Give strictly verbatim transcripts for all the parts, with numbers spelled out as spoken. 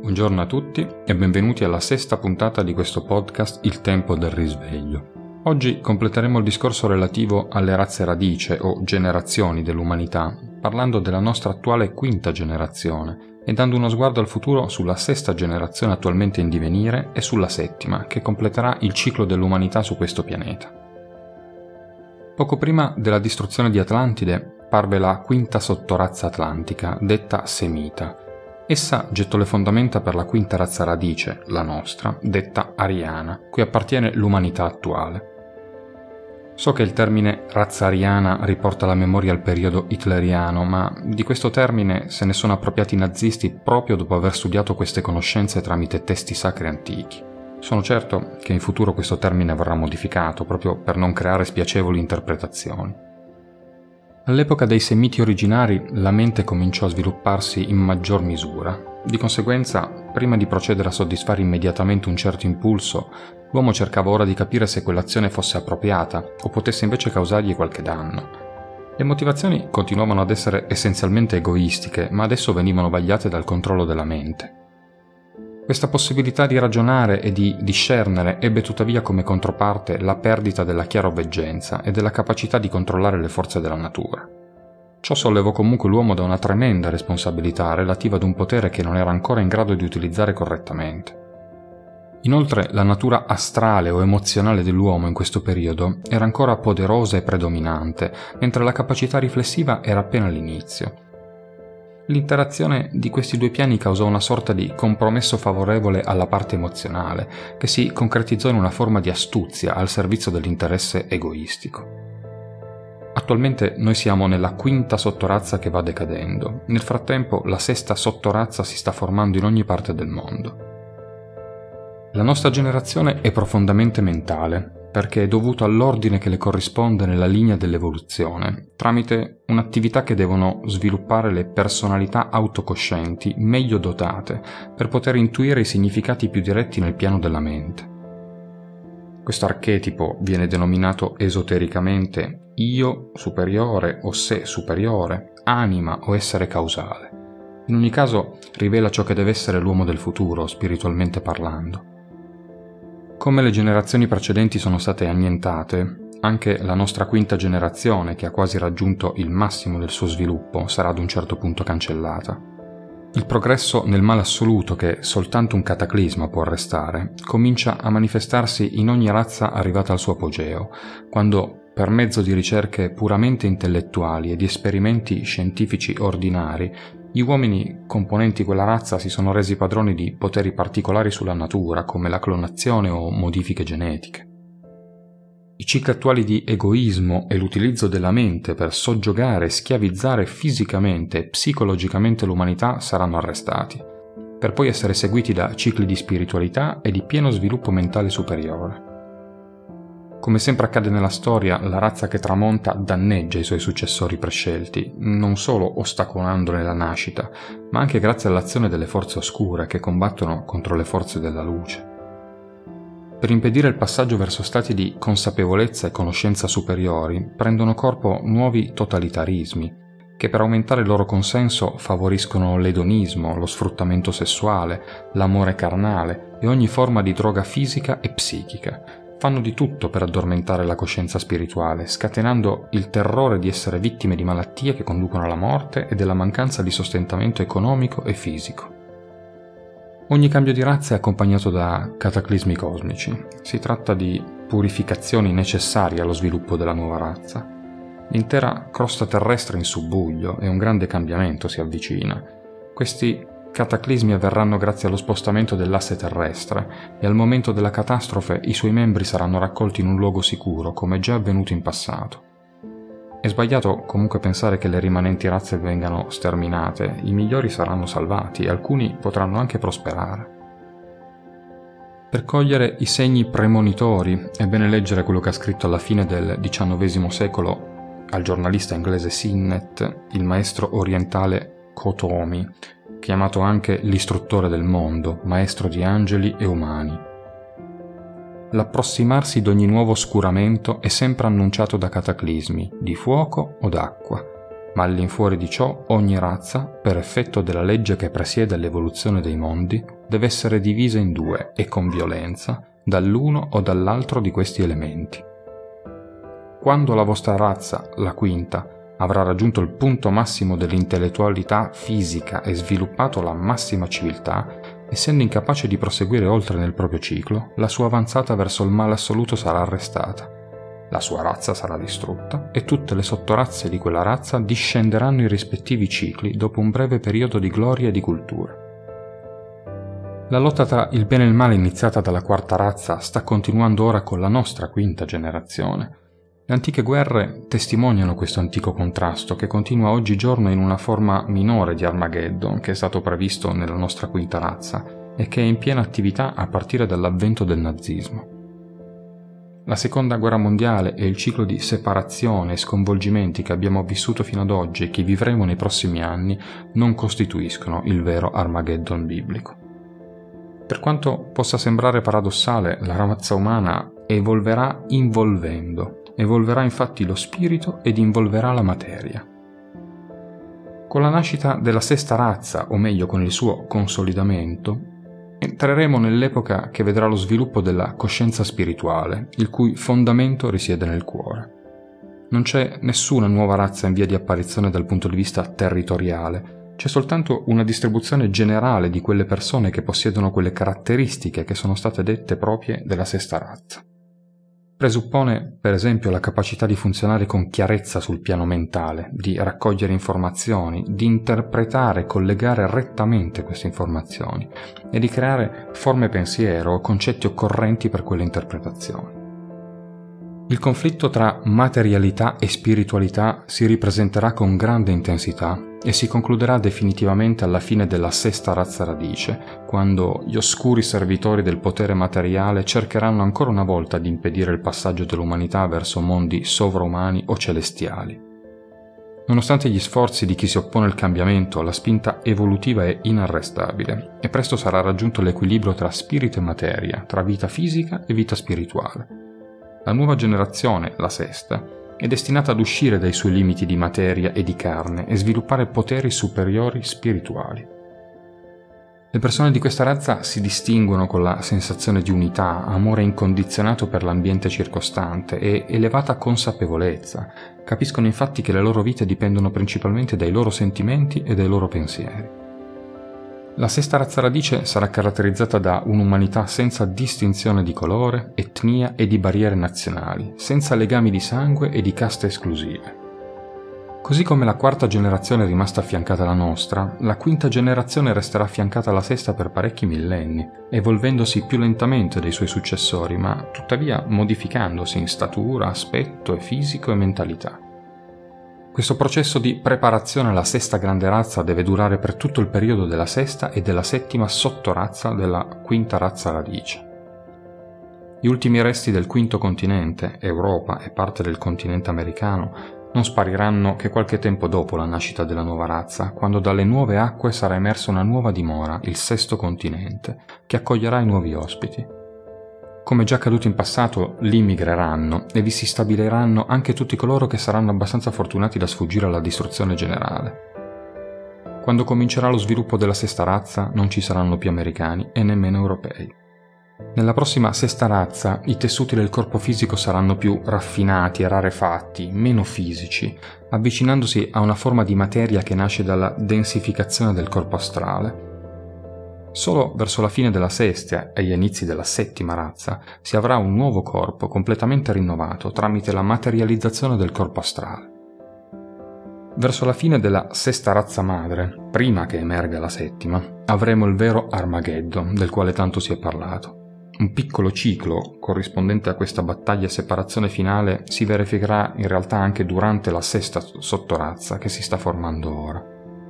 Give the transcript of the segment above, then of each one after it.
Buongiorno a tutti e benvenuti alla sesta puntata di questo podcast Il tempo del risveglio. Oggi completeremo il discorso relativo alle razze radice o generazioni dell'umanità, parlando della nostra attuale quinta generazione e dando uno sguardo al futuro sulla sesta generazione attualmente in divenire e sulla settima, che completerà il ciclo dell'umanità su questo pianeta. Poco prima della distruzione di Atlantide parve la quinta sottorazza atlantica, detta Semita. Essa gettò le fondamenta per la quinta razza radice, la nostra, detta ariana, cui appartiene l'umanità attuale. So che il termine razza ariana riporta la memoria al periodo hitleriano, ma di questo termine se ne sono appropriati i nazisti proprio dopo aver studiato queste conoscenze tramite testi sacri antichi. Sono certo che in futuro questo termine verrà modificato, proprio per non creare spiacevoli interpretazioni. All'epoca dei Semiti originari la mente cominciò a svilupparsi in maggior misura. Di conseguenza, prima di procedere a soddisfare immediatamente un certo impulso, l'uomo cercava ora di capire se quell'azione fosse appropriata o potesse invece causargli qualche danno. Le motivazioni continuavano ad essere essenzialmente egoistiche, ma adesso venivano vagliate dal controllo della mente. Questa possibilità di ragionare e di discernere ebbe tuttavia come controparte la perdita della chiaroveggenza e della capacità di controllare le forze della natura. Ciò sollevò comunque l'uomo da una tremenda responsabilità relativa ad un potere che non era ancora in grado di utilizzare correttamente. Inoltre, la natura astrale o emozionale dell'uomo in questo periodo era ancora poderosa e predominante, mentre la capacità riflessiva era appena all'inizio. L'interazione di questi due piani causò una sorta di compromesso favorevole alla parte emozionale, che si concretizzò in una forma di astuzia al servizio dell'interesse egoistico. Attualmente noi siamo nella quinta sottorazza che va decadendo. Nel frattempo la sesta sottorazza si sta formando in ogni parte del mondo. La nostra generazione è profondamente mentale, perché è dovuto all'ordine che le corrisponde nella linea dell'evoluzione, tramite un'attività che devono sviluppare le personalità autocoscienti meglio dotate per poter intuire i significati più diretti nel piano della mente. Questo archetipo viene denominato esotericamente io superiore o sé superiore, anima o essere causale. In ogni caso rivela ciò che deve essere l'uomo del futuro, spiritualmente parlando. Come le generazioni precedenti sono state annientate, anche la nostra quinta generazione, che ha quasi raggiunto il massimo del suo sviluppo, sarà ad un certo punto cancellata. Il progresso nel male assoluto, che soltanto un cataclisma può arrestare, comincia a manifestarsi in ogni razza arrivata al suo apogeo, quando, per mezzo di ricerche puramente intellettuali e di esperimenti scientifici ordinari, gli uomini componenti quella razza si sono resi padroni di poteri particolari sulla natura, come la clonazione o modifiche genetiche. I cicli attuali di egoismo e l'utilizzo della mente per soggiogare e schiavizzare fisicamente e psicologicamente l'umanità saranno arrestati, per poi essere seguiti da cicli di spiritualità e di pieno sviluppo mentale superiore. Come sempre accade nella storia, la razza che tramonta danneggia i suoi successori prescelti, non solo ostacolandone la nascita, ma anche grazie all'azione delle forze oscure che combattono contro le forze della luce. Per impedire il passaggio verso stati di consapevolezza e conoscenza superiori, prendono corpo nuovi totalitarismi, che per aumentare il loro consenso favoriscono l'edonismo, lo sfruttamento sessuale, l'amore carnale e ogni forma di droga fisica e psichica. Fanno di tutto per addormentare la coscienza spirituale, scatenando il terrore di essere vittime di malattie che conducono alla morte e della mancanza di sostentamento economico e fisico. Ogni cambio di razza è accompagnato da cataclismi cosmici. Si tratta di purificazioni necessarie allo sviluppo della nuova razza. L'intera crosta terrestre è in subbuglio e un grande cambiamento si avvicina. Questi cataclismi avverranno grazie allo spostamento dell'asse terrestre e al momento della catastrofe i suoi membri saranno raccolti in un luogo sicuro, come già avvenuto in passato. È sbagliato comunque pensare che le rimanenti razze vengano sterminate, i migliori saranno salvati e alcuni potranno anche prosperare. Per cogliere i segni premonitori è bene leggere quello che ha scritto alla fine del diciannovesimo secolo al giornalista inglese Sinnet il maestro orientale Kotomi, chiamato anche l'istruttore del mondo, maestro di angeli e umani. L'approssimarsi d'ogni nuovo oscuramento è sempre annunciato da cataclismi, di fuoco o d'acqua. ma all'infuori di ciò ogni razza, per effetto della legge che presiede l'evoluzione dei mondi, deve essere divisa in due e con violenza dall'uno o dall'altro di questi elementi. Quando la vostra razza, la quinta, avrà raggiunto il punto massimo dell'intellettualità fisica e sviluppato la massima civiltà, essendo incapace di proseguire oltre nel proprio ciclo, la sua avanzata verso il male assoluto sarà arrestata. La sua razza sarà distrutta e tutte le sottorazze di quella razza discenderanno i rispettivi cicli dopo un breve periodo di gloria e di cultura. La lotta tra il bene e il male iniziata dalla quarta razza sta continuando ora con la nostra quinta generazione. Le antiche guerre testimoniano questo antico contrasto che continua oggigiorno in una forma minore di Armageddon che è stato previsto nella nostra quinta razza e che è in piena attività a partire dall'avvento del nazismo. La seconda guerra mondiale e il ciclo di separazione e sconvolgimenti che abbiamo vissuto fino ad oggi e che vivremo nei prossimi anni non costituiscono il vero Armageddon biblico. Per quanto possa sembrare paradossale, la razza umana evolverà involvendo. Evolverà infatti lo spirito ed involverà la materia. Con la nascita della sesta razza, o meglio con il suo consolidamento, entreremo nell'epoca che vedrà lo sviluppo della coscienza spirituale, il cui fondamento risiede nel cuore. Non c'è nessuna nuova razza in via di apparizione dal punto di vista territoriale, c'è soltanto una distribuzione generale di quelle persone che possiedono quelle caratteristiche che sono state dette proprie della sesta razza. Presuppone, per esempio, la capacità di funzionare con chiarezza sul piano mentale, di raccogliere informazioni, di interpretare e collegare rettamente queste informazioni e di creare forme pensiero o concetti occorrenti per quelle interpretazioni. Il conflitto tra materialità e spiritualità si ripresenterà con grande intensità e si concluderà definitivamente alla fine della sesta razza radice, quando gli oscuri servitori del potere materiale cercheranno ancora una volta di impedire il passaggio dell'umanità verso mondi sovraumani o celestiali. Nonostante gli sforzi di chi si oppone al cambiamento, la spinta evolutiva è inarrestabile e presto sarà raggiunto l'equilibrio tra spirito e materia, tra vita fisica e vita spirituale. La nuova generazione, la sesta, è destinata ad uscire dai suoi limiti di materia e di carne e sviluppare poteri superiori spirituali. Le persone di questa razza si distinguono con la sensazione di unità, amore incondizionato per l'ambiente circostante e elevata consapevolezza. Capiscono infatti che le loro vite dipendono principalmente dai loro sentimenti e dai loro pensieri. La sesta razza radice sarà caratterizzata da un'umanità senza distinzione di colore, etnia e di barriere nazionali, senza legami di sangue e di caste esclusive. Così come la quarta generazione è rimasta affiancata alla nostra, la quinta generazione resterà affiancata alla sesta per parecchi millenni, evolvendosi più lentamente dei suoi successori, ma tuttavia modificandosi in statura, aspetto e fisico e mentalità. Questo processo di preparazione alla sesta grande razza deve durare per tutto il periodo della sesta e della settima sottorazza della quinta razza radice. Gli ultimi resti del quinto continente, Europa e parte del continente americano, non spariranno che qualche tempo dopo la nascita della nuova razza, quando dalle nuove acque sarà emersa una nuova dimora, il sesto continente, che accoglierà i nuovi ospiti. Come già accaduto in passato, lì migreranno e vi si stabiliranno anche tutti coloro che saranno abbastanza fortunati da sfuggire alla distruzione generale. Quando comincerà lo sviluppo della sesta razza, non ci saranno più americani e nemmeno europei. Nella prossima sesta razza, i tessuti del corpo fisico saranno più raffinati e rarefatti, meno fisici, avvicinandosi a una forma di materia che nasce dalla densificazione del corpo astrale. Solo verso la fine della sesta e agli inizi della settima razza si avrà un nuovo corpo completamente rinnovato tramite la materializzazione del corpo astrale. Verso la fine della sesta razza madre, prima che emerga la settima, avremo il vero Armageddon del quale tanto si è parlato. Un piccolo ciclo corrispondente a questa battaglia e separazione finale si verificherà in realtà anche durante la sesta sottorazza che si sta formando ora.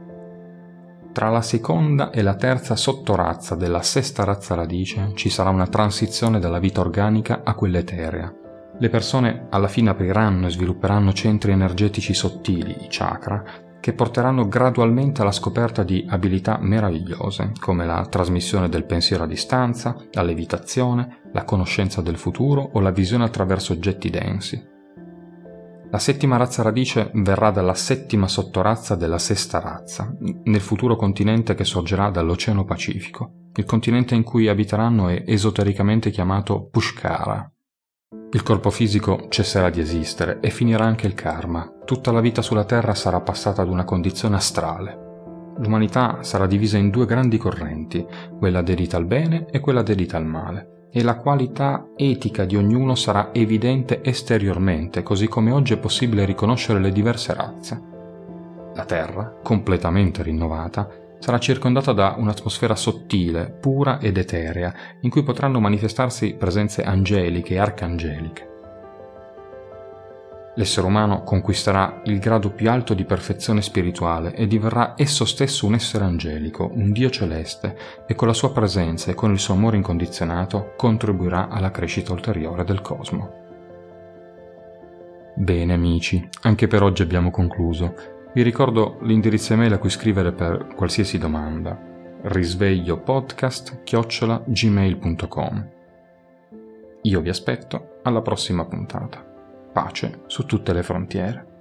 Tra la seconda e la terza sottorazza della sesta razza radice ci sarà una transizione dalla vita organica a quella eterea. Le persone alla fine apriranno e svilupperanno centri energetici sottili, i chakra, che porteranno gradualmente alla scoperta di abilità meravigliose, come la trasmissione del pensiero a distanza, la levitazione, la conoscenza del futuro o la visione attraverso oggetti densi. La settima razza radice verrà dalla settima sottorazza della sesta razza, nel futuro continente che sorgerà dall'Oceano Pacifico. Il continente in cui abiteranno è esotericamente chiamato Pushkara. Il corpo fisico cesserà di esistere e finirà anche il karma. Tutta la vita sulla Terra sarà passata ad una condizione astrale. L'umanità sarà divisa in due grandi correnti, quella dedita al bene e quella dedita al male, e la qualità etica di ognuno sarà evidente esteriormente, così come oggi è possibile riconoscere le diverse razze. La Terra, completamente rinnovata, sarà circondata da un'atmosfera sottile, pura ed eterea, in cui potranno manifestarsi presenze angeliche e arcangeliche. L'essere umano conquisterà il grado più alto di perfezione spirituale e diverrà esso stesso un essere angelico, un Dio celeste, e con la sua presenza e con il suo amore incondizionato contribuirà alla crescita ulteriore del cosmo. Bene amici, anche per oggi abbiamo concluso. Vi ricordo l'indirizzo email a cui scrivere per qualsiasi domanda: risvegliopodcast chiocciola gmail punto com. Io vi aspetto alla prossima puntata. Pace su tutte le frontiere.